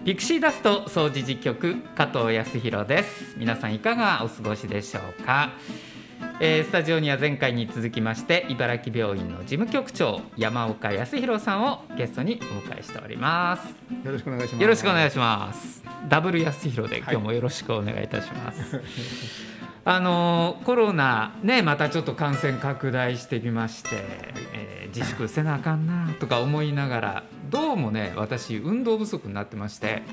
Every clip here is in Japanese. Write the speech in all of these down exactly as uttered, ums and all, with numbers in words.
ピクシーダスト掃除事局加藤康弘です。皆さんいかがお過ごしでしょうか。えー、スタジオには前回に続きまして茨城病院の事務局長山岡康弘さんをゲストにお迎えしております。 よろしくお願いします。 よろしくお願いします。ダブル康弘で今日もよろしくお願いいたします、はい、あのコロナねまたちょっと感染拡大してきまして、はいえー、自粛せなあかんなとか思いながらどうもね私運動不足になってまして、はい、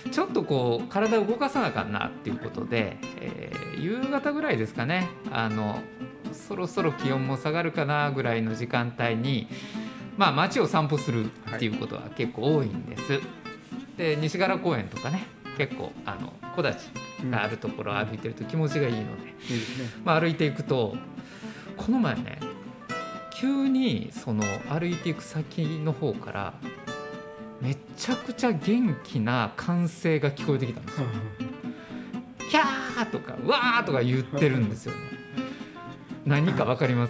ちょっとこう体を動かさなあかんなっていうことで、えー、夕方ぐらいですかねあのそろそろ気温も下がるかなぐらいの時間帯に、まあ、街を散歩するっていうことは結構多いんです、はい、で西柄公園とかね結構あの木立があるところを歩いてると気持ちがいいので、うんいいですねまあ、歩いていくとこの前ね急にその歩いていく先の方からめちゃくちゃ元気な歓声が聞こえてきたんですよキャーとかわーとか言ってるんですよね。何か分かります？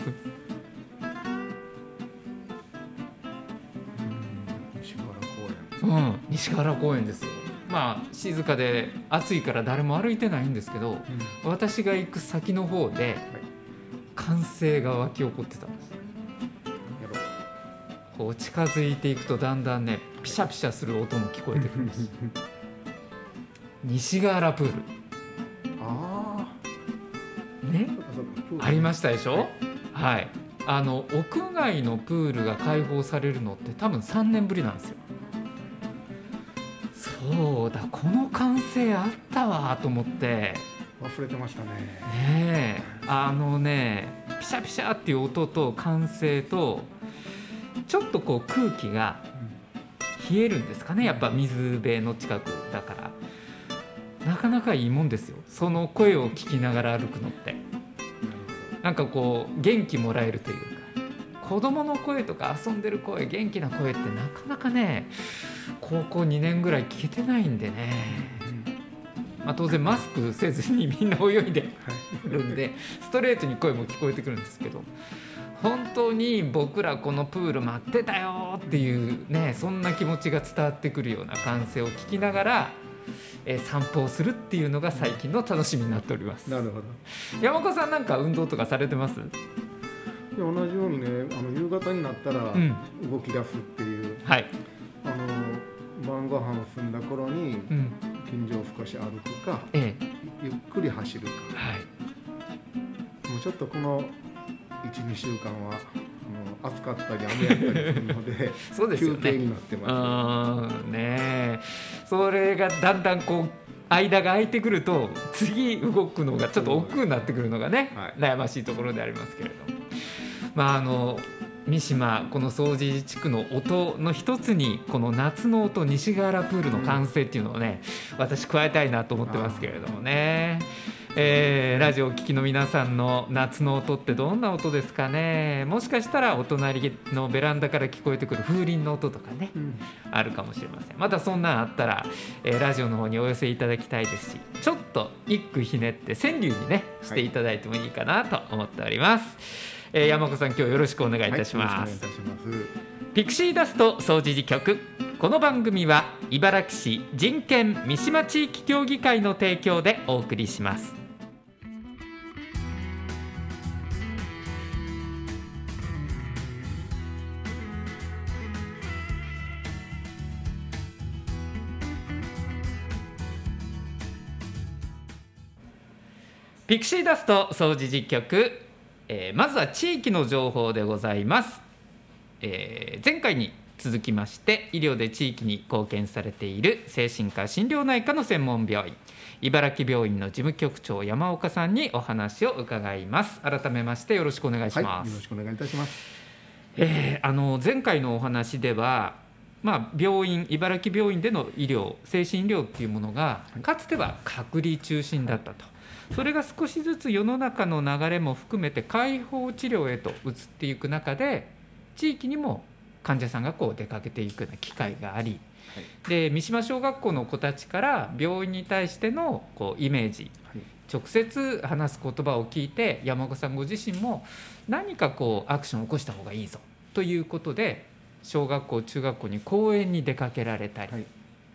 西原公園。うん、西原公園ですよ。まあ静かで暑いから誰も歩いてないんですけど、うん、私が行く先の方で歓声が湧き起こってたんです。こう近づいていくとだんだんねピシャピシャする音も聞こえてくるんです西ヶ原プールあねありましたでしょ、はい、あの屋外のプールが開放されるのって多分さんねんぶりなんですよ。そうだこの歓声あったわと思って忘れてましたね。 ねえあのねピシャピシャっていう音と歓声とちょっとこう空気が冷えるんですかねやっぱ水辺の近くだからなかなかいいもんですよその声を聞きながら歩くのって。なんかこう元気もらえるというか子供の声とか遊んでる声元気な声ってなかなかね高校にねんぐらい聞けてないんでね、まあ、当然マスクせずにみんな泳いでるんでストレートに声も聞こえてくるんですけど本当に僕らこのプール待ってたよっていうねそんな気持ちが伝わってくるような歓声を聞きながら、えー、散歩をするっていうのが最近の楽しみになっております。 なるほど。 山岡さんなんか運動とかされてます？ 同じようにねあの夕方になったら動き出すっていう、うんはい、あの晩ご飯を済んだ頃に近所を少し歩くか、うん、ゆっくり走るか、はい、もうちょっとこのいち、にしゅうかんはあの暑かったり雨やったりするのでそうですよね、 休憩になってます、ねね、それがだんだんこう間が空いてくると次動くのがちょっと億劫になってくるのがね、はい、悩ましいところでありますけれども、まああの三島この掃除地区の音の一つにこの夏の音西ヶ原プールの歓声っていうのをね、うん、私加えたいなと思ってますけれどもね、えー、ラジオを聴きの皆さんの夏の音ってどんな音ですかね。もしかしたらお隣のベランダから聞こえてくる風鈴の音とかね、うん、あるかもしれません。またそんなんあったら、えー、ラジオの方にお寄せいただきたいですしちょっと一句ひねって川柳にねしていただいてもいいかなと思っております、はいえー、山岡さん今日よろしくお願いいたします、はい、よろしくお願いいたします。ピクシーダスト掃除事局この番組は茨城市人権三島地域協議会の提供でお送りします。ピクシーダスト掃除事局、えー、まずは地域の情報でございます、えー、前回に続きまして医療で地域に貢献されている精神科心療内科の専門病院茨城病院の事務局長山岡さんにお話を伺います。改めましてよろしくお願いします、 はい、よろしくお願いいたします、 えー、あの前回のお話ではまあ、病院茨城病院での医療精神医療っていうものがかつては隔離中心だったと、それが少しずつ世の中の流れも含めて開放治療へと移っていく中で地域にも患者さんがこう出かけていくような機会があり、はい、で三島小学校の子たちから病院に対してのこうイメージ、はい、直接話す言葉を聞いて山岡さんご自身も何かこうアクションを起こした方がいいぞということで小学校中学校に講演に出かけられたり、はい、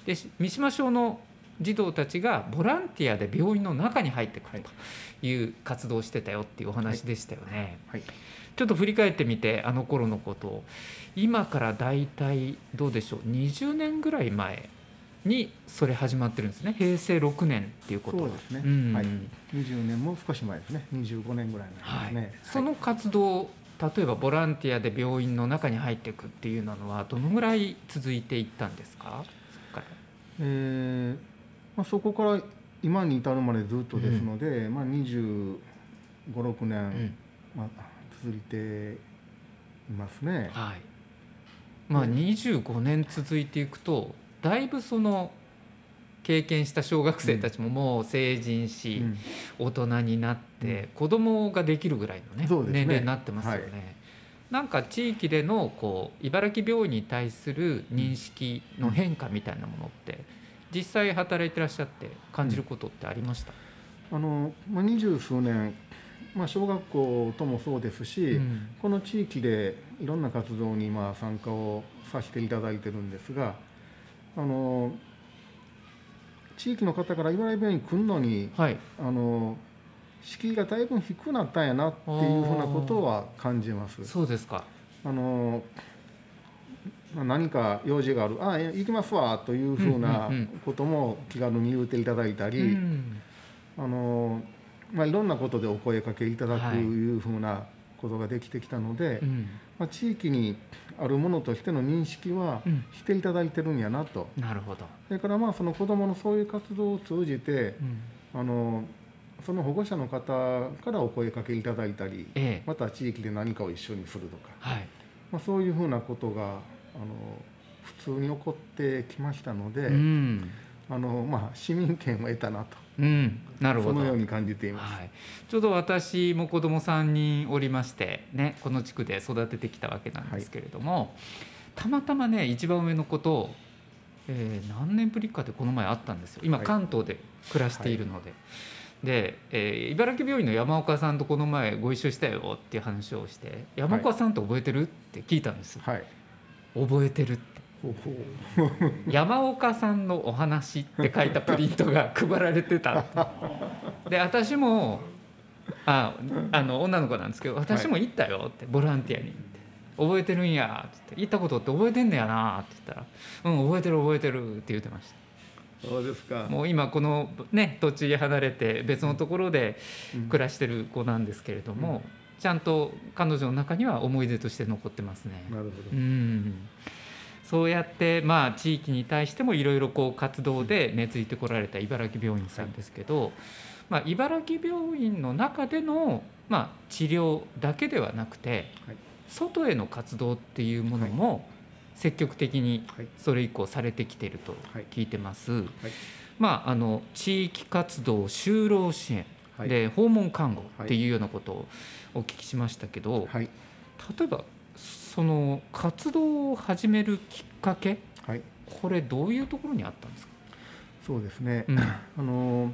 で三島小の児童たちがボランティアで病院の中に入ってくるという活動をしてたよっていうお話でしたよね、はいはい、ちょっと振り返ってみてあの頃のことを今からだいたいどうでしょうにじゅうねんぐらい前にそれ始まってるんですね。へいせいろくねんっていうことそうですね、うんはい、にじゅうねんも少し前ですね。にじゅうごねんぐらい前ですね、はい、 その活動、例えばボランティアで病院の中に入っていくっていうのはどのぐらい続いていったんですか？そこから、 えーまあ、そこから今に至るまでずっとですので、うんまあ、にじゅうご、ろくねん、うんまあ、続いていますね、 はいまあ、にじゅうごねん続いていくとだいぶその経験した小学生たちももう成人し、うん、大人になって、うん、子供ができるぐらいの、ねね、年齢になってますよね、はい、なんか地域でのこう茨城病院に対する認識の変化みたいなものって実際働いてらっしゃって感じることってありました？ うん、あのまあ、にじゅうすうねん、まあ、小学校ともそうですし、うん、この地域でいろんな活動にまあ参加をさせていただいてるんですが、あの地域の方から茨城病院に来るのに、はい、あの敷居がだいぶ低くなったんやなっていうふうなことは感じます。 そうですか。 あの何か用事がある、ああ行きますわというふうなことも気軽に言うていただいたり、うんうん、あのまあ、いろんなことでお声かけいただくいうふうなことができてきたので、はいうんまあ、地域にあるものとしての認識はしていただいてるんやなと、 うん、なるほど。 それからまあその子どものそういう活動を通じて、うん、あのその保護者の方からお声かけいただいたり、ええ、また地域で何かを一緒にするとか、はいまあ、そういうふうなことがあの普通に起こってきましたので、うんあのまあ、市民権を得たなと、うん、なるほど、そのように感じています、はい、 ちょうど私も子どもさんにんおりまして、ね、この地区で育ててきたわけなんですけれども、はい、たまたまね一番上の子と、えー、何年ぶりかでこの前会ったんですよ。今関東で暮らしているので、はいで、えー、茨城病院の山岡さんとこの前ご一緒したよっていう話をして、山岡さんって覚えてるって聞いたんです、はい、覚えてるって山岡さんのお話って書いたプリントが配られてたで私も あ, あの女の子なんですけど私も行ったよって、ボランティアに覚えてるんやって言ったことって覚えてんねやなって言ったら、うん覚えてる覚えてるって言ってました。 そうですか。 もう今この、ね、土地離れて別のところで暮らしてる子なんですけれども、うん、ちゃんと彼女の中には思い出として残ってますね。 なるほど。 うんそうやって、まあ、地域に対してもいろいろこう活動で根付いてこられた茨城病院さんですけど、はいまあ、茨城病院の中での、まあ、治療だけではなくて、はい、外への活動っていうものも、はい積極的にそれ以降されてきていると聞いてます、はいはいまあ、あの地域活動就労支援で、はい、訪問看護っていうようなことをお聞きしましたけど、はい、例えばその活動を始めるきっかけ、はい、これどういうところにあったんですか？ そうですね、うん、あの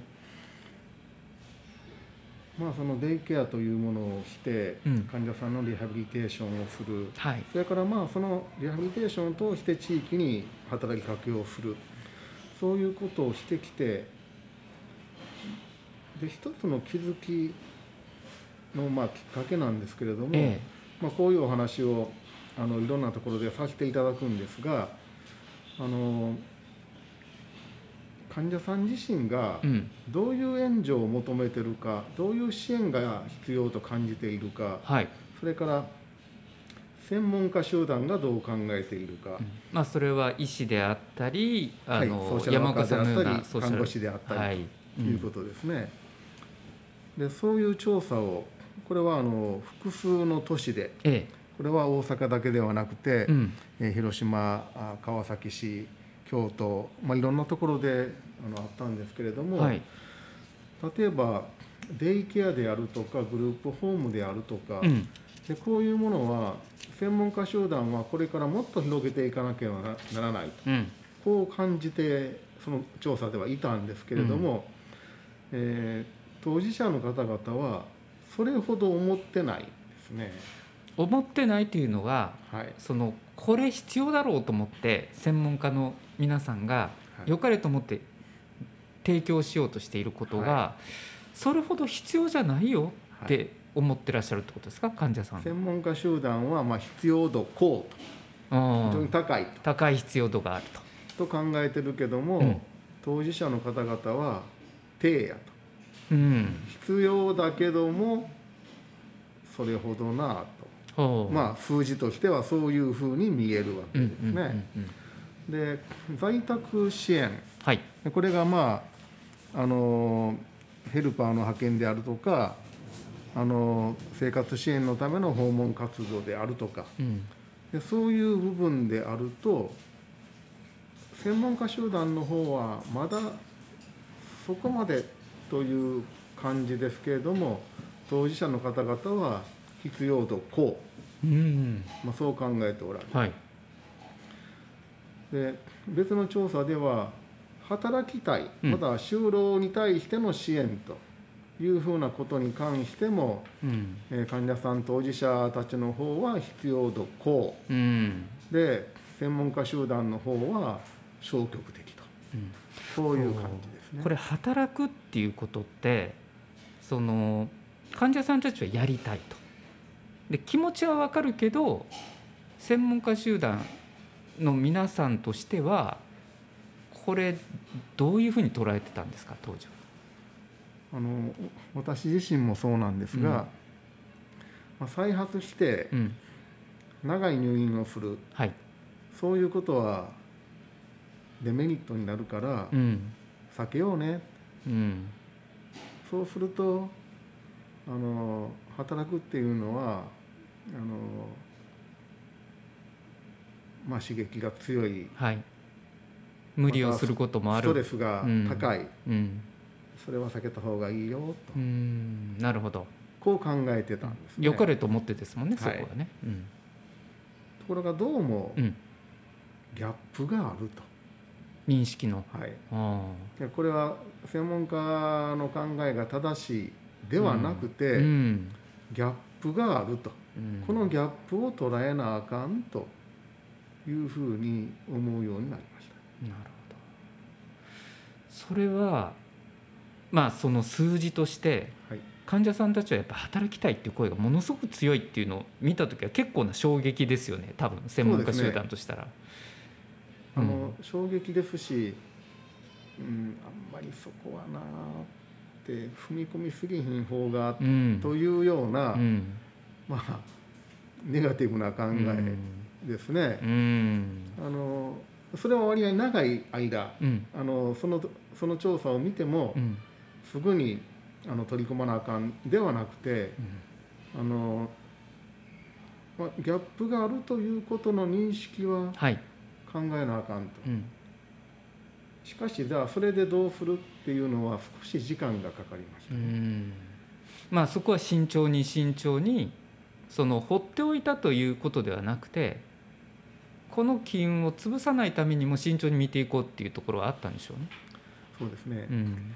まあ、そのデイケアというものをして、うん、患者さんのリハビリテーションをする、はい、それからまあそのリハビリテーションを通して地域に働きかけをする、そういうことをしてきて、で一つの気づきのまあきっかけなんですけれども、ええまあ、こういうお話をあのいろんなところでさせていただくんですが、あの患者さん自身がどういう援助を求めているか、どういう支援が必要と感じているか、はい、それから専門家集団がどう考えているか、うんまあ、それは医師であったり、あの、 はい、ソーシャルワーカーであったり看護師であったり、はい、ということですね、うん、でそういう調査をこれはあの複数の都市で、ええ、これは大阪だけではなくて、うんえー、広島、川崎市、京都、まあ、いろんなところであのあったんですけれども、はい、例えばデイケアであるとかグループホームであるとか、うん、でこういうものは専門家集団はこれからもっと広げていかなければならないと、うん、こう感じてその調査ではいたんですけれども、うんえー、当事者の方々はそれほど思ってないですね。 思ってないというのは、はい、そのこれ必要だろうと思って専門家の皆さんが良かれと思って提供しようとしていることが、はい、それほど必要じゃないよって思ってらっしゃるってことですか、患者さん。 専門家集団はまあ必要度高と、非常に高いと高い必要度があるとと考えてるけども、うん、当事者の方々は低やと、うん、必要だけどもそれほどなと、まあ数字としてはそういうふうに見えるわけですね。で、在宅支援、はい、これがまああのヘルパーの派遣であるとか、あの生活支援のための訪問活動であるとか、うん、でそういう部分であると専門家集団の方はまだそこまでという感じですけれども、当事者の方々は必要度高、うん、まあ、そう考えておられる、はい、で別の調査では働きたい、または就労に対しての支援というふうなことに関しても、うん、えー、患者さん当事者たちの方は必要度高、うん、で専門家集団の方は消極的と、うん、そういう感じですね。 これ働くっていうことってその患者さんたちはやりたいと、で気持ちは分かるけど専門家集団の皆さんとしてはこれどういうふうに捉えてたんですか、当時は。 あの私自身もそうなんですが、うん、まあ、再発して長い入院をする、うんはい、そういうことはデメリットになるから避けようね、うん、そうするとあの働くっていうのはあの、まあ、刺激が強い、はい、 無理をすることもある、 ストレスが高い、うんうん、それは避けた方がいいよと、 うん、なるほど、 こう考えてたんですね。 良かれと思ってですもんね、はい、そこはね、うん、 ところがどうもギャップがあると、 認識の、 はい、あこれは専門家の考えが正しいではなくて、うんうん、ギャップがあると、うん、このギャップを捉えなあかんというふうに思うようになりました。 なるほど。それはまあその数字として、はい、患者さんたちはやっぱ働きたいっていう声がものすごく強いっていうのを見たときは結構な衝撃ですよね、多分専門家集団としたら。 あの衝撃ですし、うん、あんまりそこはなって踏み込みすぎひん方が、うん、というような、うん、まあネガティブな考えですね、うん、あのそれは割合長い間、うん、あのそのその調査を見ても、うん、すぐにあの取り込まなあかんではなくて、うん、あのまあ、ギャップがあるということの認識は、はい考えなあかんと、うん、しかしじゃあそれでどうするっていうのは少し時間がかかりました、ね、うんまあそこは慎重に慎重にその放っておいたということではなくて、この機運を潰さないためにも慎重に見ていこうっていうところはあったんでしょうね。 そうですね、うん、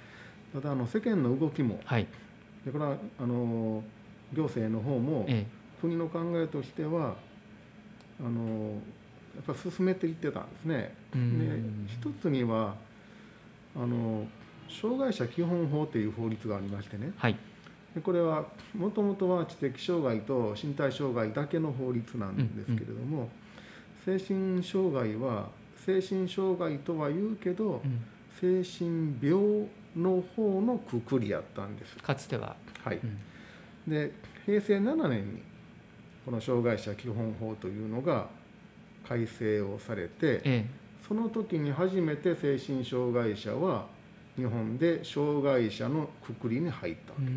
ただあの世間の動きも、はい、だからあの行政の方も、ええ、国の考えとしてはあのやっぱ進めていってたんですね。で一つにはあの障害者基本法という法律がありましてね、はい、でこれはもともとは知的障害と身体障害だけの法律なんですけれども、うんうん、精神障害は精神障害とは言うけど、うん、精神病の方のくくりやったんです、 かつては。 はい、うん、で平成ななねんにこの障害者基本法というのが改正をされて、ええ、その時に初めて精神障害者は日本で障害者のくくりに入ったわけです。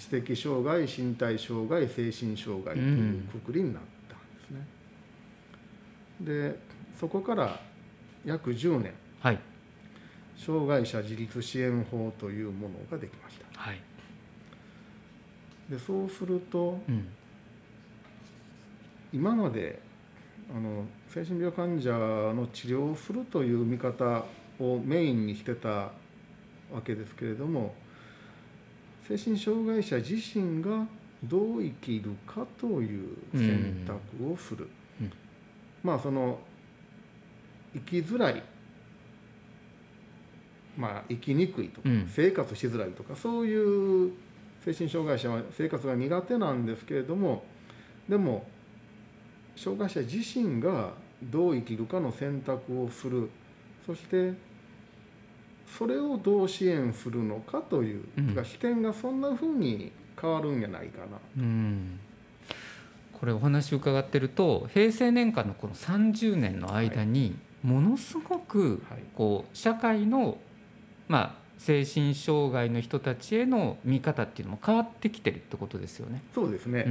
知的障害、身体障害、精神障害というくくりになったんですね。でそこから約じゅうねん、はい、障害者自立支援法というものができました、はい、でそうすると、うん、今まであの精神病患者の治療をするという見方をメインにしてたわけですけれども、精神障害者自身がどう生きるかという選択をする、うんうん、まあその生きづらいまあ、生きにくいとか、うん、生活しづらいとか、そういう精神障害者は生活が苦手なんですけれども、でも障害者自身がどう生きるかの選択をする、そしてそれをどう支援するのかという、うん、視点がそんなふうに変わるんじゃないかなと、 うん、これお話を伺ってると、平成年間のこのさんじゅうねんの間にものすごくこう社会の、まあ、精神障害の人たちへの見方っていうのも変わってきてるってことですよね。 そうですね、 うん、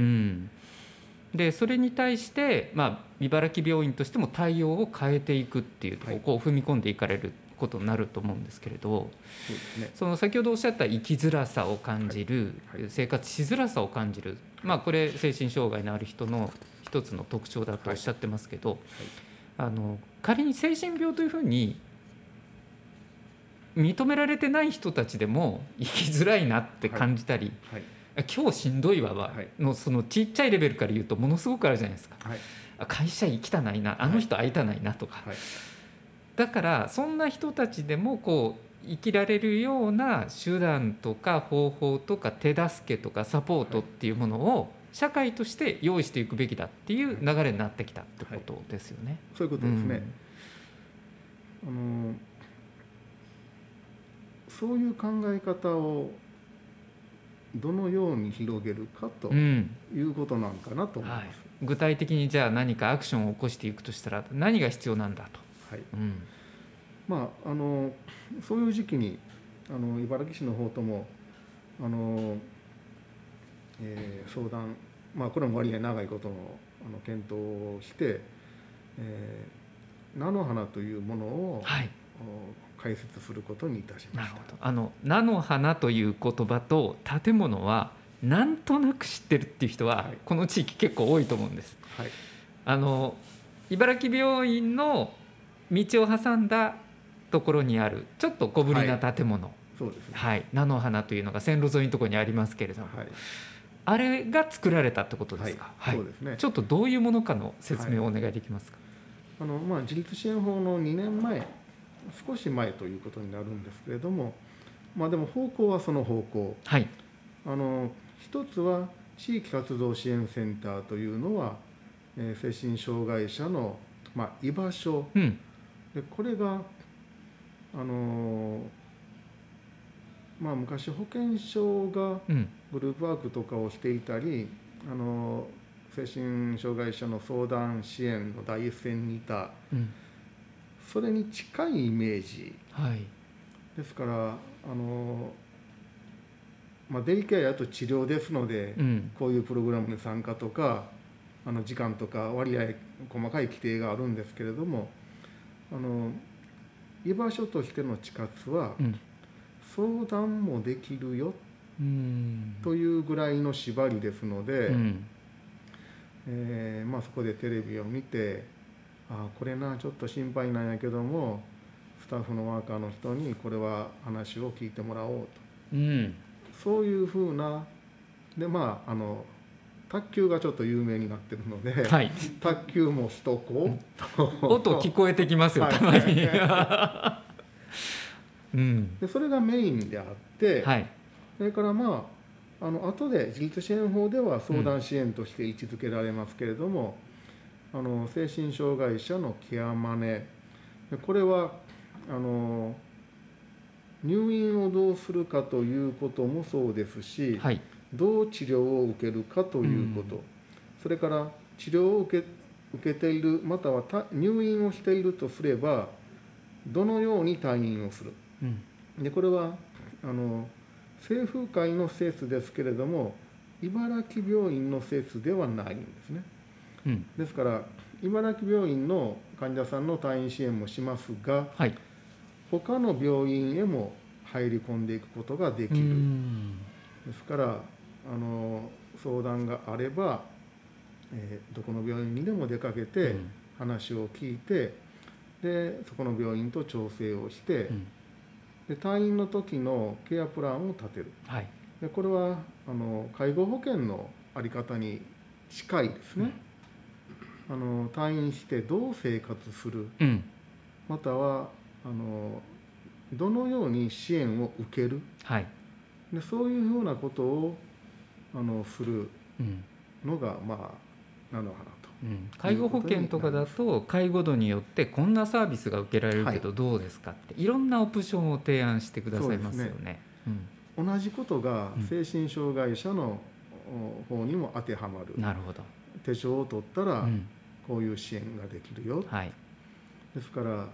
でそれに対して、まあ、茨城病院としても対応を変えていくっていうところをこう踏み込んでいかれることになると思うんですけれど、そうですね、その先ほどおっしゃった生きづらさを感じる、はいはい、生活しづらさを感じる、まあ、これ精神障害のある人の一つの特徴だとおっしゃってますけど、はいはい、あの仮に精神病というふうに認められてない人たちでも生きづらいなって感じたり、はいはい、今日しんどいわはのそのちっちゃいレベルから言うとものすごくあるじゃないですか、はい、会社行きたないな、あの人会いたないなとか、はいはい、だからそんな人たちでもこう生きられるような手段とか方法とか手助けとかサポートっていうものを社会として用意していくべきだっていう流れになってきたってことですよね、はい、 そういうことですね、うん、あのそういう考え方をどのように広げるかということなんかなと思います、うん、はい、 具体的にじゃあ何かアクションを起こしていくとしたら何が必要なんだと、はい、うん、 まあ、あのそういう時期にあの茨城市の方ともあの、えー、相談、まあ、これも割合長いことのあの検討をして、えー、菜の花というものを、はい、解説することにいたしました。なるほど。 あの菜の花という言葉と建物はなんとなく知ってるっていう人は、はい、この地域結構多いと思うんです、はい、あの茨城病院の道を挟んだところにあるちょっと小ぶりな建物、はい、 そうですね、 はい、菜の花というのが線路沿いのところにありますけれども、はい、あれが作られたってことですか。 はい、そうですね。 ちょっとどういうものかの説明をお願いできますか。 はい、あのまあ、自立支援法のにねんまえ、少し前ということになるんですけれども、まあ、でも方向はその方向、はい、あの一つは地域活動支援センターというのは、えー、精神障害者の、まあ、居場所、うん、でこれがあのまあ、昔保健所がグループワークとかをしていたり、うん、あの精神障害者の相談支援の第一線にいた、うん、それに近いイメージ、はい、ですからあの、まあ、デイケアやと治療ですので、うん、こういうプログラムに参加とかあの時間とか割合細かい規定があるんですけれども、あの居場所としての知活は、うん、相談もできるよというぐらいの縛りですので、うんえーまあ、そこでテレビを見て、あこれなちょっと心配なんやけどもスタッフのワーカーの人にこれは話を聞いてもらおうと、うん、そういうふうなで、まああの卓球がちょっと有名になってるので、はい、卓球もしとこう音聞こえてきますよ、たまにうん、でそれがメインであって、はい、それからまああの後で自立支援法では相談支援として位置づけられますけれども、うん、あの精神障害者のケアマネ、これはあの入院をどうするかということもそうですし、はい、どう治療を受けるかということ、うん、それから治療を受け、受けているまたは入院をしているとすればどのように退院をする、うん、でこれはあの政府会の施設ですけれども茨城病院の施設ではないんですね、うん、ですから茨城病院の患者さんの退院支援もしますが、はい、他の病院へも入り込んでいくことができる。ですからあの相談があれば、えー、どこの病院にでも出かけて話を聞いて、でそこの病院と調整をして、うん、で退院の時のケアプランを立てる、はい、でこれはあの介護保険の在り方に近いですね、うん、あの退院してどう生活する、うん、またはあのどのように支援を受ける、 はい、 でそういうふうなことをあのするのが、うん、まあ菜の花と。 うん、介護保険とかだと介護度によってこんなサービスが受けられるけどどうですかって、はい、いろんなオプションを提案してくださいますよね。 うん、同じことが精神障害者の方にも当てはまる。 なるほど。 手帳を取ったらこういう支援ができるよ、うん、はい、ですからあの、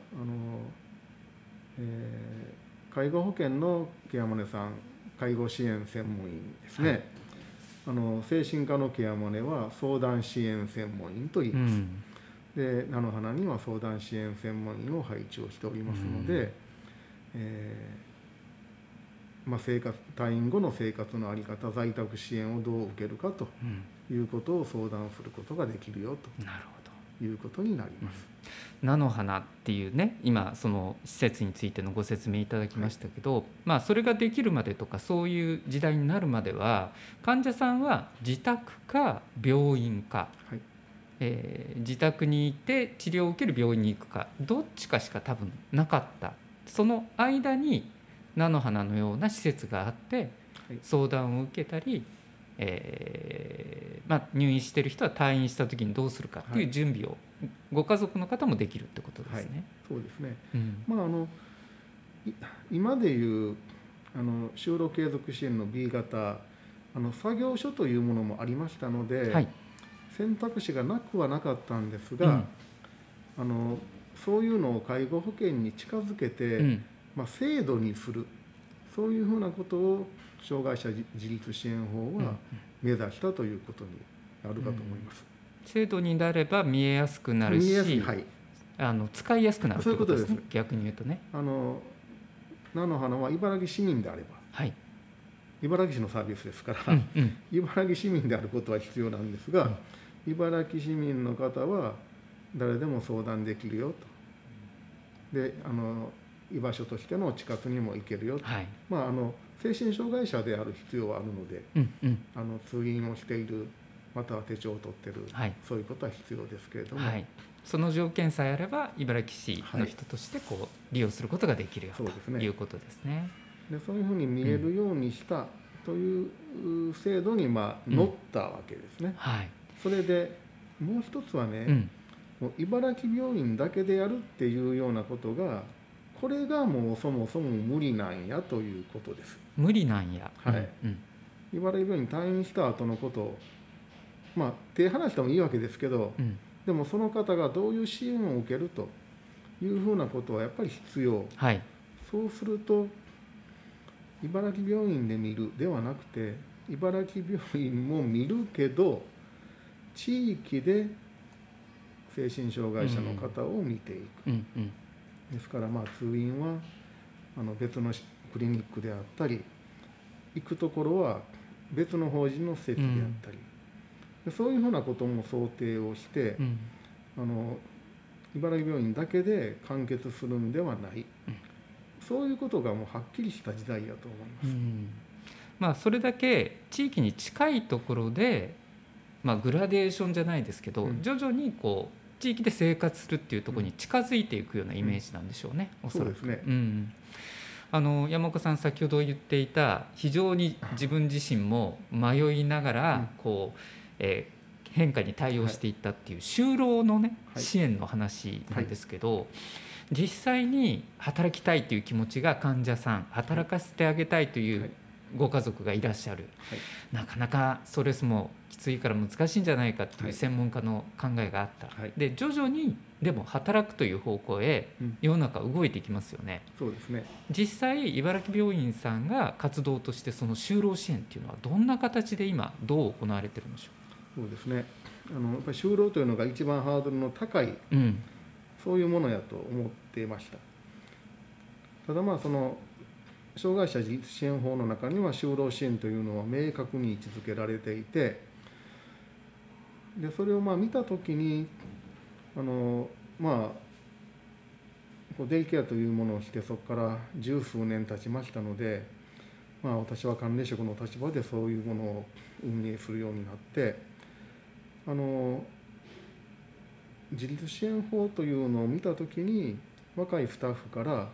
えー、介護保険のケアマネさん介護支援専門員ですね、はい、あの精神科のケアマネは相談支援専門員と言います、うん、で菜の花には相談支援専門員を配置をしておりますので、うん、えーまあ、生活退院後の生活の在り方在宅支援をどう受けるかということを相談することができるよと。なるほど。いうことになります。 うん、菜の花っていうね今その施設についてのご説明いただきましたけど、はい、まあ、それができるまでとかそういう時代になるまでは患者さんは自宅か病院か、はい、えー、自宅にいて治療を受ける病院に行くかどっちかしか多分なかった。その間に菜の花のような施設があって相談を受けたり、えーまあ、入院している人は退院した時にどうするかっていう準備をご家族の方もできるってことですね。はい、 そうですね、うん、まあ、あの今でいうあの就労継続支援の ビー 型あの作業所というものもありましたので、はい、選択肢がなくはなかったんですが、うん、あのそういうのを介護保険に近づけて、うん、まあ、制度にするそういうふうなことを障害者自立支援法は目指したということになるかと思います。 うん、制度になれば見えやすくなるし、はい、あの使いやすくなるということですね。逆に言うとね、 あの菜の花は茨城市民であれば、はい、茨城市のサービスですから、うんうん、茨城市民であることは必要なんですが、うん、茨城市民の方は誰でも相談できるよと。であの居場所としての近くにも行けるよと、はい、まあ、あの精神障害者である必要はあるので、うんうん、あの通院をしているまたは手帳を取ってる、はい、そういうことは必要ですけれども、はい、 その条件さえあれば茨城市の人としてこう利用することができるよ、はい、ということですね。 でそういうふうに見えるようにしたという制度にまあ乗ったわけですね。うん、はい、それでもう一つはね、うん、もう茨城病院だけでやるっていうようなことがこれがもうそもそも無理なんやということです。 無理なんや。 はい。うん、茨城病院退院した後のことを、まあ手離してもいいわけですけど、うん、でもその方がどういう支援を受けるというふうなことはやっぱり必要。はい。そうすると茨城病院で見るではなくて、茨城病院も見るけど地域で精神障害者の方を見ていく。うんうんうん、ですからまあ通院はあの別のクリニックであったり行くところは別の法人の施設であったり、うん、そういうふうなことも想定をして、うん、あの茨城病院だけで完結するんではない、うん、そういうことがもうはっきりした時代やと思います。うん、 まあ、それだけ地域に近いところで、まあ、グラデーションじゃないですけど、うん、徐々にこう地域で生活するっていうところに近づいていくようなイメージなんでしょうね、うん、おそらく。そうですね。うん、あの山岡さん先ほど言っていた非常に自分自身も迷いながらこう、えー、変化に対応していったっていう就労のね、はい、支援の話なんですけど、はい、実際に働きたいという気持ちが患者さん働かせてあげたいというご家族がいらっしゃる、はい、なかなかストレスもきついから難しいんじゃないかという専門家の考えがあった、はい、で徐々にでも働くという方向へ世の中動いていきますよね。 うん、そうですね。 実際茨城病院さんが活動としてその就労支援っていうのはどんな形で今どう行われてるんでしょう。そうですね、あのやっぱり就労というのが一番ハードルの高い、うん、そういうものやと思っていました。ただまあその障害者自立支援法の中には就労支援というのは明確に位置づけられていて、でそれをまあ見たときにあのまあデイケアというものをしてそこから十数年経ちましたので、まあ、私は管理職の立場でそういうものを運営するようになって、あの自立支援法というのを見たときに若いスタッフから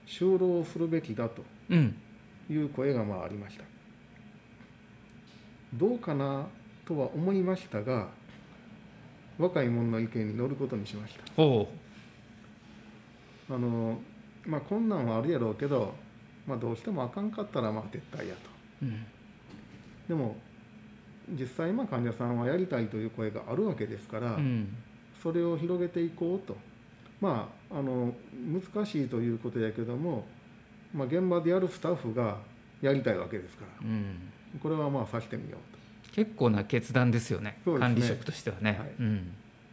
就労するべきだという声がまあありました。どうかなとは思いましたが、若い者の意見に乗ることにしました。 おあのまあ困難はあるやろうけど、まあ、どうしてもあかんかったらまあ撤退やと、うん、でも実際まあ患者さんはやりたいという声があるわけですから、うん、それを広げていこうと。まああの難しいということやけども、まあ、現場でやるスタッフがやりたいわけですから、うん、これはまあさしてみようと。 結構な決断ですよ ね, ですね管理職としてはね、はい、うん、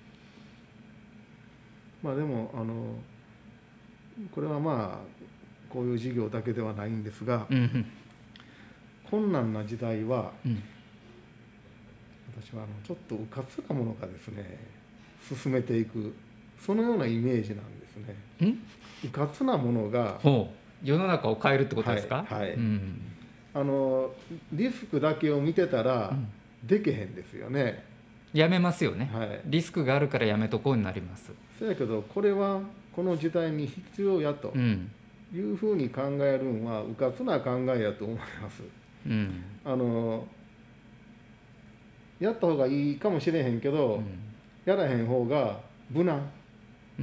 まあでもあのこれはまあこういう事業だけではないんですが、うんうん、困難な時代は、うん、私はあのちょっとうかつなものがですね進めていく、そのようなイメージなんですね。んうかつなものが世の中を変えるってことですか。 はい、はい、うん、あのリスクだけを見てたらできへんですよね、 うん、やめますよね、はい、リスクがあるからやめとこうになります。 そうやけどこれはこの時代に必要やというふうに考えるのはうかつな考えやと思います、うん、あのやった方がいいかもしれへんけど、うん、やらへん方が無難、うん、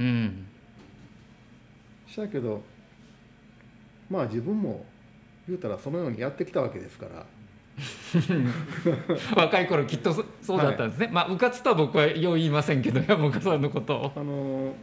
したけどまあ自分も言うたらそのようにやってきたわけですから若い頃きっと そ, そうだったんですね、はい、まあうかつとは僕はよう言いませんけど山岡さんのことを。 あの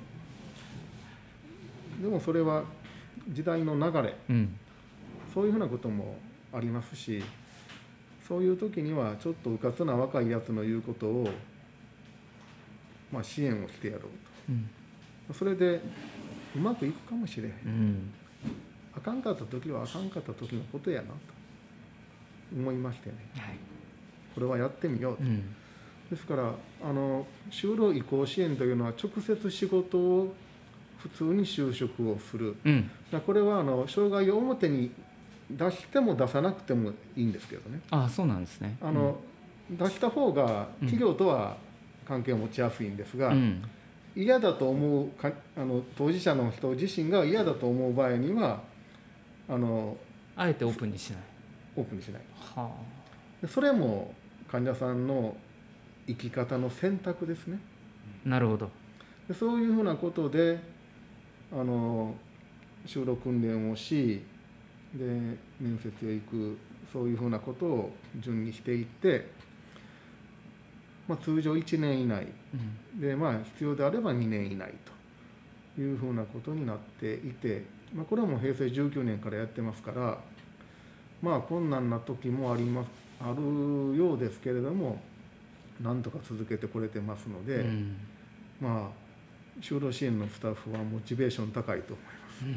でもそれは時代の流れ、うん、そういうふうなこともありますし、そういう時にはちょっとうかつな若いやつの言うことを、まあ、支援をしてやろうと、うん、それでうまくいくかもしれへん、うん、あかんかった時はあかんかった時のことやなと思いましてね、はい、これはやってみようと、うん、ですからあの就労移行支援というのは直接仕事を普通に就職をする、うん、これはあの障害を表に出しても出さなくてもいいんですけどね。 ああ、そうなんですね。 あの、うん、出した方が企業とは関係を持ちやすいんですが、うん、嫌だと思うかあの当事者の人自身が嫌だと思う場合にはあのあえてオープンにしないオープンにしない、はあ、それも患者さんの生き方の選択ですね。 なるほど。 でそういうふうなことであの就労訓練をし、で面接へ行く、そういうふうなことを順にしていって、まあ、通常いちねん以内、うん、で、まあ、必要であればにねん以内というふうなことになっていて、まあ、これはもう平成じゅうきゅうねんからやってますから、まあ困難な時もありますあるようですけれども、なんとか続けてこれてますので、うん、まあ就労支援のスタッフはモチベーション高いと思います。うん、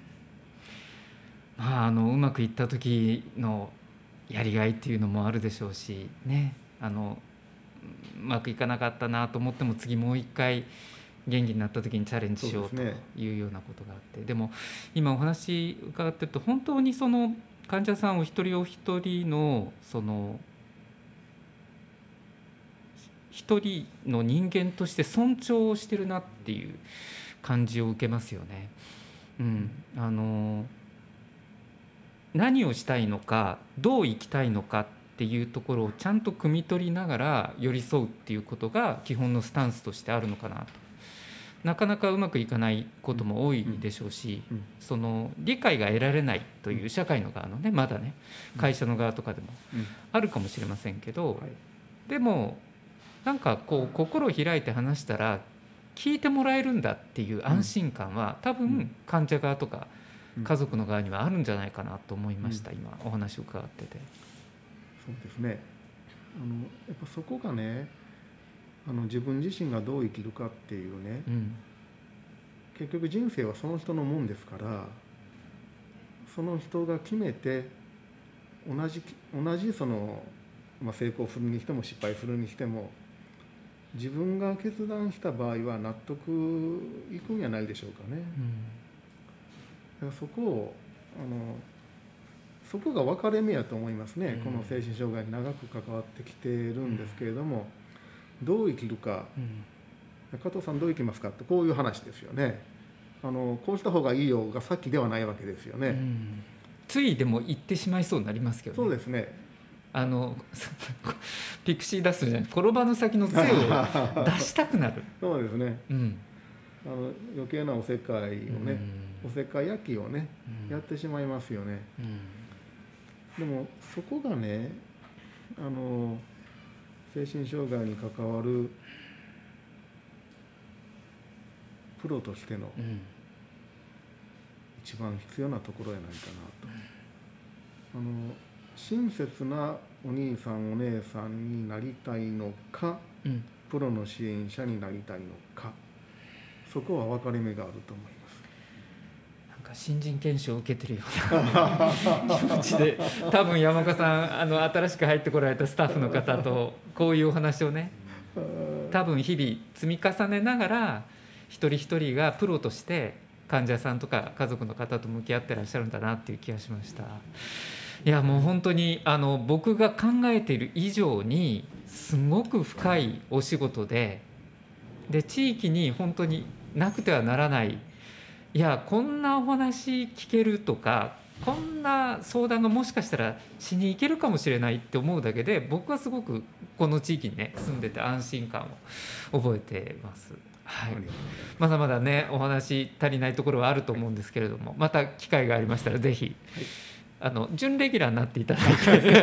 まあ、あのうまくいった時のやりがいっていうのもあるでしょうしね、あのうまくいかなかったなと思っても次もう一回元気になった時にチャレンジしようというようなことがあって、 で, でも今お話伺ってると本当にその患者さんお一人お一人のその一人の人間として尊重をしてるなっていう感じを受けますよね。うん、あの何をしたいのかどう生きたいのかっていうところをちゃんと汲み取りながら寄り添うっていうことが基本のスタンスとしてあるのかなと。なかなかうまくいかないことも多いでしょうし、うんうん、その理解が得られないという社会の側のね、まだね会社の側とかでもあるかもしれませんけど、うんはい、でもなんかこう心を開いて話したら聞いてもらえるんだっていう安心感は多分患者側とか家族の側にはあるんじゃないかなと思いました、今お話を伺ってて。 そうですね、あのやっぱそこがね、あの自分自身がどう生きるかっていうね、うん、結局人生はその人のもんですから、その人が決めて同じ同じその、まあ、成功するにしても失敗するにしても自分が決断した場合は納得いくんじゃないでしょうかね、うん、だからそこをあのそこが分かれ目やと思いますね、うん、この精神障害に長く関わってきてるんですけれども、どう生きるか、うん、加藤さんどう生きますかってこういう話ですよね。 あのこうした方がいいよが先ではないわけですよね。うん、 ついでも言ってしまいそうになりますけどね。 そうですね。 あのピクシーダストじゃない、転ばぬ先の杖を出したくなるそうですね、うん、あの余計なおせっかいをね、うん、おせっかい焼きをね、うん、やってしまいますよね、うん、でもそこがね、あの精神障害に関わるプロとしての一番必要なところやないかなと、うん、あの親切なお兄さんお姉さんになりたいのか、うん、プロの支援者になりたいのか、そこは分かれ目があると思います。 なんか新人研修を受けてるような気持ちで、多分山岡さん、あの新しく入ってこられたスタッフの方とこういうお話をね、多分日々積み重ねながら一人一人がプロとして患者さんとか家族の方と向き合ってらっしゃるんだなっていう気がしました。いやもう本当にあの僕が考えている以上にすごく深いお仕事で、で地域に本当になくてはならない、いやこんなお話聞けるとか、こんな相談がもしかしたらしに行けるかもしれないって思うだけで、僕はすごくこの地域にね住んでて安心感を覚えてます。はい、まだまだねお話足りないところはあると思うんですけれども、また機会がありましたらぜひ、はい、あの準レギュラーになっていただいて、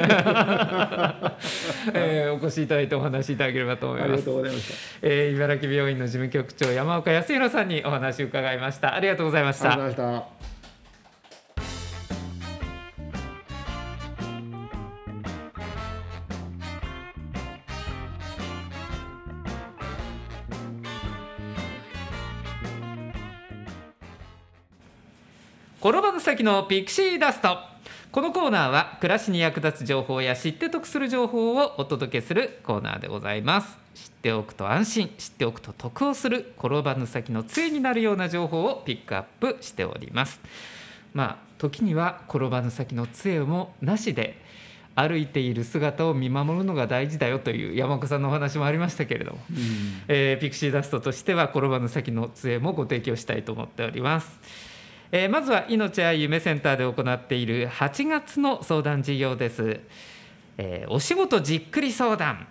えー、お越しいただいてお話しいただければと思います。 ありがとうございました。 えー、茨城病院の事務局長山岡康弘さんにお話を伺いました。ありがとうございました。 ありがとうございました。 転ばぬ先のピクシーダスト。このコーナーは暮らしに役立つ情報や知って得する情報をお届けするコーナーでございます。知っておくと安心、知っておくと得をする、転ばぬ先の杖になるような情報をピックアップしております。まあ時には転ばぬ先の杖もなしで歩いている姿を見守るのが大事だよという山岡さんのお話もありましたけれども、うん、えー、ピクシーダストとしては転ばぬ先の杖もご提供したいと思っております。えー、まずは命あ夢センターで行っているはちがつの相談事業です。えー、お仕事じっくり相談、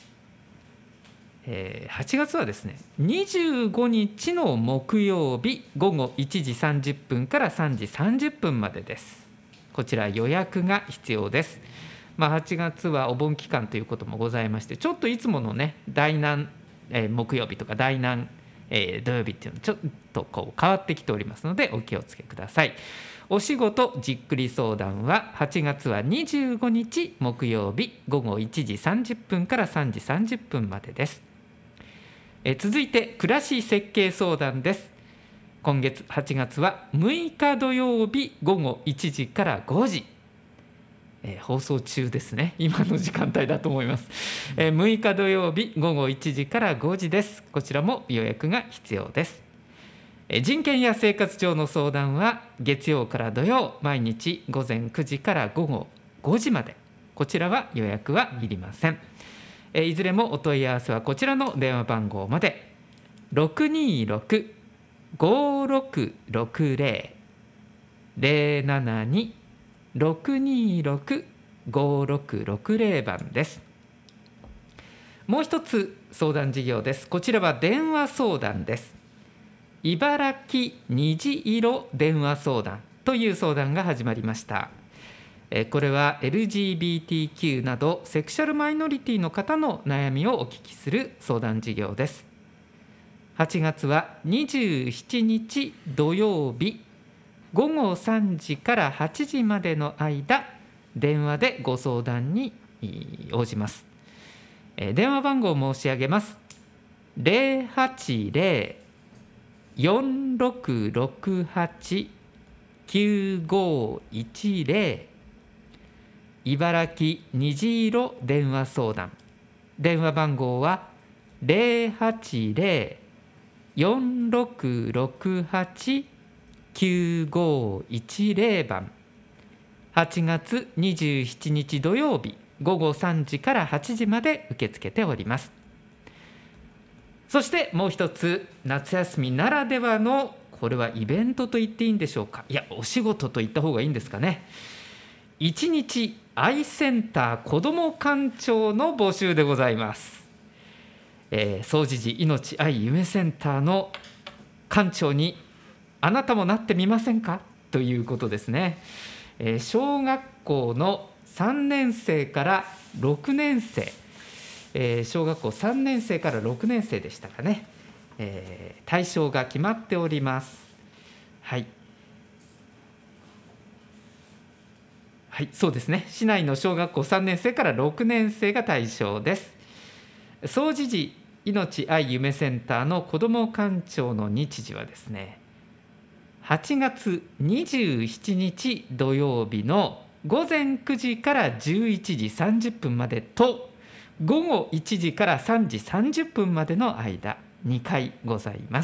えー、はちがつはですねにじゅうごにちの木曜日ごごいちじさんじゅっぷんからさんじさんじゅっぷんまでです。こちら予約が必要です。まあ、はちがつはお盆期間ということもございまして、ちょっといつものね第何、えー、木曜日とか第何えー、土曜日っていうのはちょっとこう変わってきておりますのでお気をつけください。お仕事じっくり相談ははちがつはにじゅうごにち木曜日ごごいちじさんじゅっぷんからさんじさんじゅっぷんまでです。えー、続いて暮らし設計相談です。今月はちがつはむいか土曜日ごごいちじからごじ、えー、放送中ですね。今の時間帯だと思います。えー、むいか土曜日ごごいちじからごじです。こちらも予約が必要です。えー、人権や生活上の相談は月曜から土曜毎日ごぜんくじからごごごじまで。こちらは予約はいりません。えー、いずれもお問い合わせはこちらの電話番号まで。ろくにろく ごろくろくぜろ ぜろななに ろくにろく ごろくろくぜろ 番です。もう一つ相談事業です。こちらは電話相談です。茨城虹色電話相談という相談が始まりました。これは エルジービーティーキュー などセクシャルマイノリティの方の悩みをお聞きする相談事業です。はちがつはにじゅうしちにち土曜日ごごさんじからはちじまでの間、電話でご相談に応じます。電話番号を申し上げます。ゼロはちゼロ よんろくろくはち きゅうごいちゼロ、茨城虹色電話相談。電話番号はゼロはちゼロ よんろくろくはちきゅうごいちゼロ 番。はちがつにじゅうしちにち土曜日ごごさんじからはちじまで受け付けております。そしてもう一つ、夏休みならではのこれはイベントと言っていいんでしょうか。いや、お仕事と言った方がいいんですかね。一日愛センター子ども館長の募集でございます。えー、総持寺いのち愛夢センターの館長にあなたもなってみませんかということですね。えー、小学校のさんねん生からろくねん生、えー、小学校さんねん生からろくねん生でしたかね、えー、対象が決まっております。はい、はい、そうですね。市内の小学校さんねん生からろくねん生が対象です。総持寺いのち愛夢センターの子ども館長の日時はですね、はちがつにじゅうしちにち土曜日のごぜんくじからじゅういちじさんじゅっぷんまでと、ごごいちじからさんじさんじゅっぷんまでの間、にかいございます。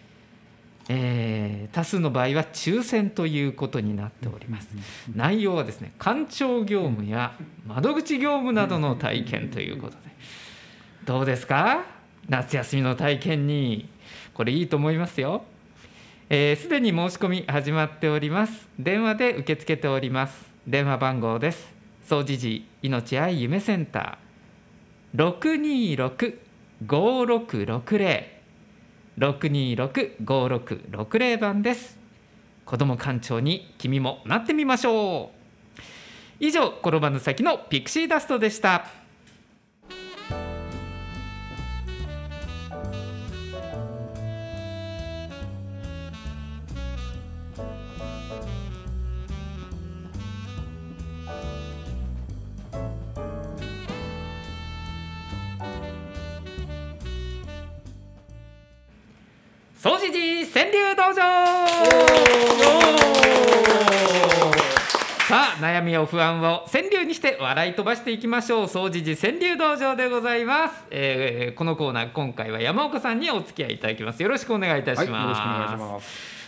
えー、多数の場合は抽選ということになっております。内容はですね、館長業務や窓口業務などの体験ということで、どうですか、夏休みの体験に。これいいと思いますよ。すで、えー、に申し込み始まっております。電話で受け付けております。電話番号です。総持寺いのち愛夢センター ろくにーろく ごーろくろくぜろ ろくにーろく ごーろくろくぜろ番です。子ども館長に君もなってみましょう。以上、転ばぬ先のピクシーダストでした。総持寺川柳道場。さあ、悩みを不安を川柳にして笑い飛ばしていきましょう。総持寺川柳道場でございます。えー、このコーナー、今回は山岡さんにお付き合いいただきます。よろしくお願いいたします。 はい、よろしくお願いします。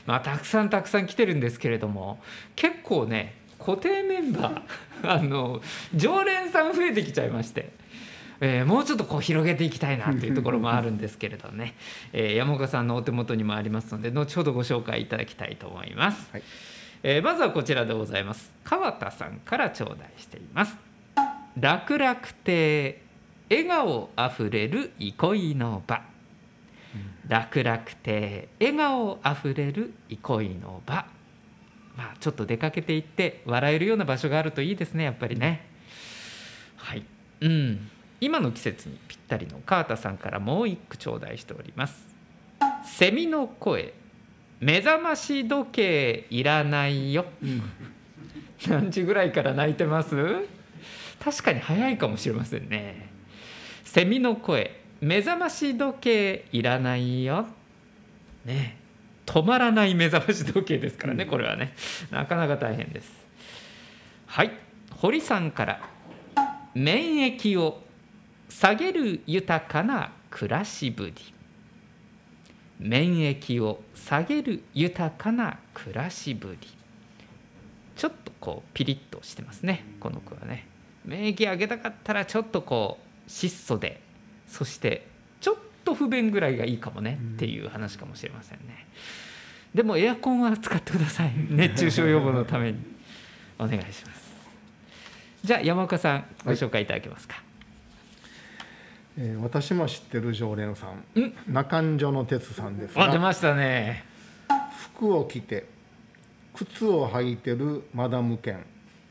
まあ、たくさんたくさん来てるんですけれども、結構ね、固定メンバーあの常連さん増えてきちゃいまして、えー、もうちょっとこう広げていきたいなというところもあるんですけれどね、えー、山岡さんのお手元にもありますので、後ほどご紹介いただきたいと思います。はい、えー、まずはこちらでございます。川田さんから頂戴しています。楽々亭、笑顔あふれる憩いの場。楽々亭、笑顔あふれる憩いの場。まあ、ちょっと出かけていって笑えるような場所があるといいですね、やっぱりね。はい、うん、今の季節にぴったりの川田さんからもう一句頂戴しております。セミの声、目覚まし時計いらないよ、うん、何時ぐらいから泣いてます？確かに早いかもしれませんね。セミの声、目覚まし時計いらないよ、ね、止まらない目覚まし時計ですからね、これはね、なかなか大変です。はい、堀さんから、免疫を下げる豊かな暮らしぶり。免疫を下げる豊かな暮らしぶり。ちょっとこうピリッとしてますね、この句はね。免疫上げたかったらちょっとこう質素で、そしてちょっと不便ぐらいがいいかもねっていう話かもしれませんね。でもエアコンは使ってください、熱中症予防のためにお願いします。じゃあ山岡さん、ご紹介いただけますか。はい、 えー、私も知ってる常連さん、中条の哲さんですが、 あ、出ましたね。 服を着て靴を履いてるマダム犬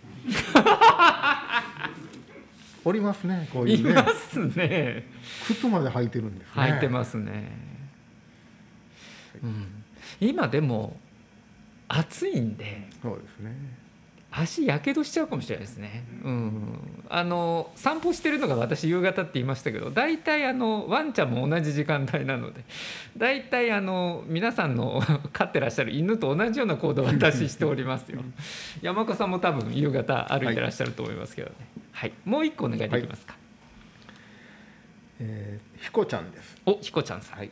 おりますね、こういうね。 いますね。 靴まで履いてるんですね。 履いてますね、うん、今でも暑いんで、 そうですね、 足やけどしちゃうかもしれないですね、うん、あの散歩してるのが私夕方って言いましたけど、大体あのワンちゃんも同じ時間帯なので、大体あの皆さんの飼ってらっしゃる犬と同じような行動を私しておりますよ。山岡さんも多分夕方歩いてらっしゃると思いますけどね。はい、はい、もう一個お願いできますか。はい、 えー、ひこちゃんです。 お、ひこちゃんさん、はい、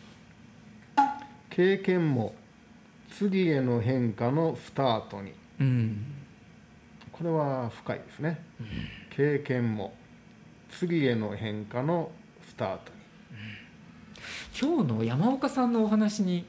経験も次への変化のスタートに、うん、これは深いですね、うん、経験も次への変化のスタートに、 うん、今日の山岡さんのお話に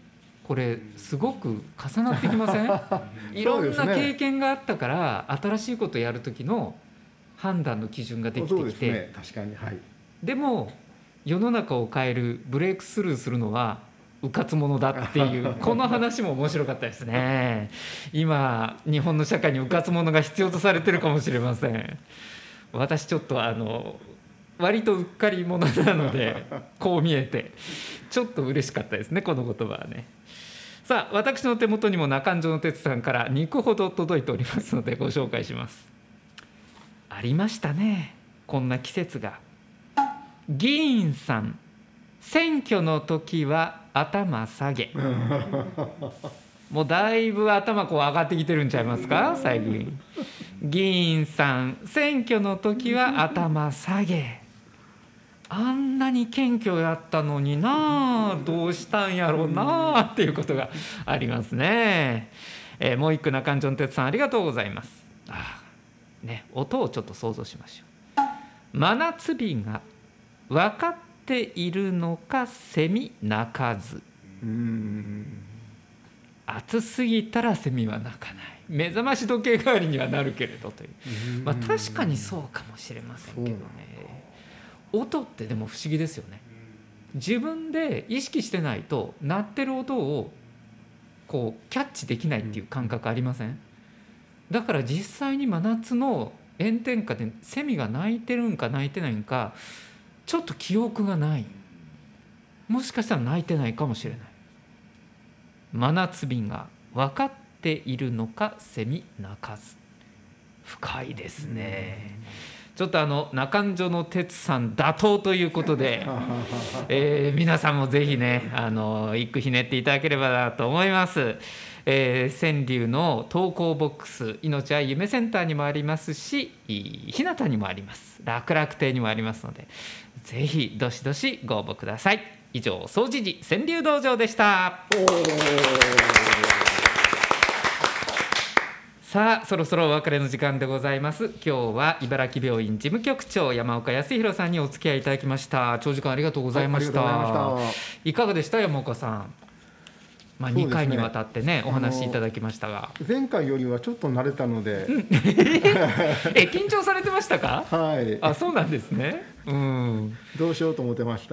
これすごく重なってきません？いろんな経験があったから新しいことをやる時の判断の基準ができてきて、そうですね、 確かに、はい、 でも世の中を変えるブレイクスルーするのはうかつ者だっていうこの話も面白かったですね。今日本の社会にうかつ者が必要とされてるかもしれません。私ちょっとあの割とうっかり者なのでこう見えてちょっと嬉しかったですね、この言葉はね。さあ、私の手元にも中条の哲さんからにこほど届いておりますのでご紹介します。ありましたね、こんな季節が。議員さん、選挙の時は頭下げもうだいぶ頭こう上がってきてるんちゃいますか最近。議員さん、選挙の時は頭下げ、あんなに謙虚やったのにな、どうしたんやろうなっていうことがありますね。えー、もう一句中条哲さんありがとうございます。あ、ね、音をちょっと想像しましょう。真夏日が分かっているのかセミ鳴かず、うーん、暑すぎたらセミは鳴かない、目覚まし時計代わりにはなるけれどという、まあ、確かにそうかもしれませんけどね。音ってでも不思議ですよね。自分で意識してないと鳴ってる音をこうキャッチできないっていう感覚ありません？だから実際に真夏の炎天下でセミが鳴いてるんか鳴いてないんかちょっと記憶がない。もしかしたら鳴いてないかもしれない。真夏日が分かっているのかセミ鳴かず、深いですね。ちょっとあの中条の哲さん打倒ということで、えー、皆さんもぜひね、あの一句ひねっていただければなと思います。えー、川柳の投稿ボックス、命は夢センターにもありますし、ひなたにもあります、楽々亭にもありますので、ぜひどしどしご応募ください。以上、総持寺川柳道場でした。さあ、そろそろお別れの時間でございます。今日は茨城病院事務局長山岡康弘さんにお付き合いいただきました。長時間ありがとうございました。はい、いかがでした山岡さん。まあ、にかいにわたってね、お話しいただきましたが、 前回よりはちょっと慣れたので、うん、 え緊張されてましたか？ はい。 あ、そうなんですね。うん、 どうしようと思ってました。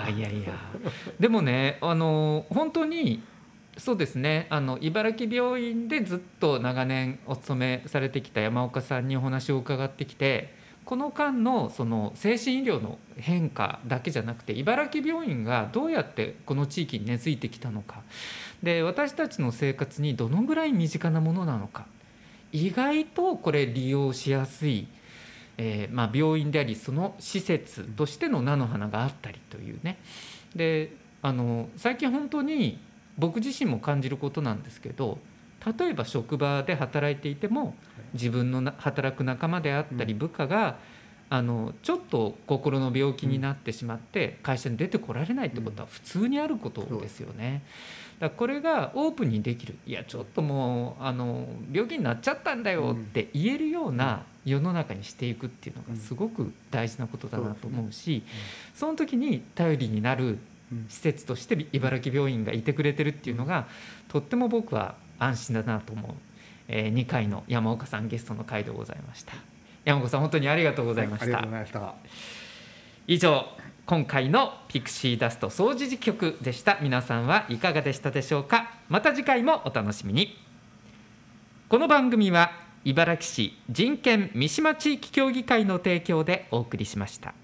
あ、いやいやでもね、あの本当にそうですね、あの茨城病院でずっと長年お勤めされてきた山岡さんにお話を伺ってきて、この間のその精神医療の変化だけじゃなくて、茨城病院がどうやってこの地域に根付いてきたのかで、私たちの生活にどのぐらい身近なものなのか、意外とこれ利用しやすい、えーまあ、病院でありその施設としての菜の花があったりというね。で、あの最近本当に僕自身も感じることなんですけど、例えば職場で働いていても自分の働く仲間であったり部下があのちょっと心の病気になってしまって会社に出てこられないってことは普通にあることですよね。だからこれがオープンにできる、いやちょっともうあの病気になっちゃったんだよって言えるような世の中にしていくっていうのがすごく大事なことだなと思うし、その時に頼りになる施設として茨城病院がいてくれてるっていうのがとっても僕は安心だなと思う、えー、にかいの山岡さんゲストの回でございました。山岡さん本当にありがとうございました。 はい、ありがとうございました。 以上、今回のピクシーダスト総持寺局でした。皆さんはいかがでしたでしょうか。また次回もお楽しみに。この番組は茨城市人権三島地域協議会の提供でお送りしました。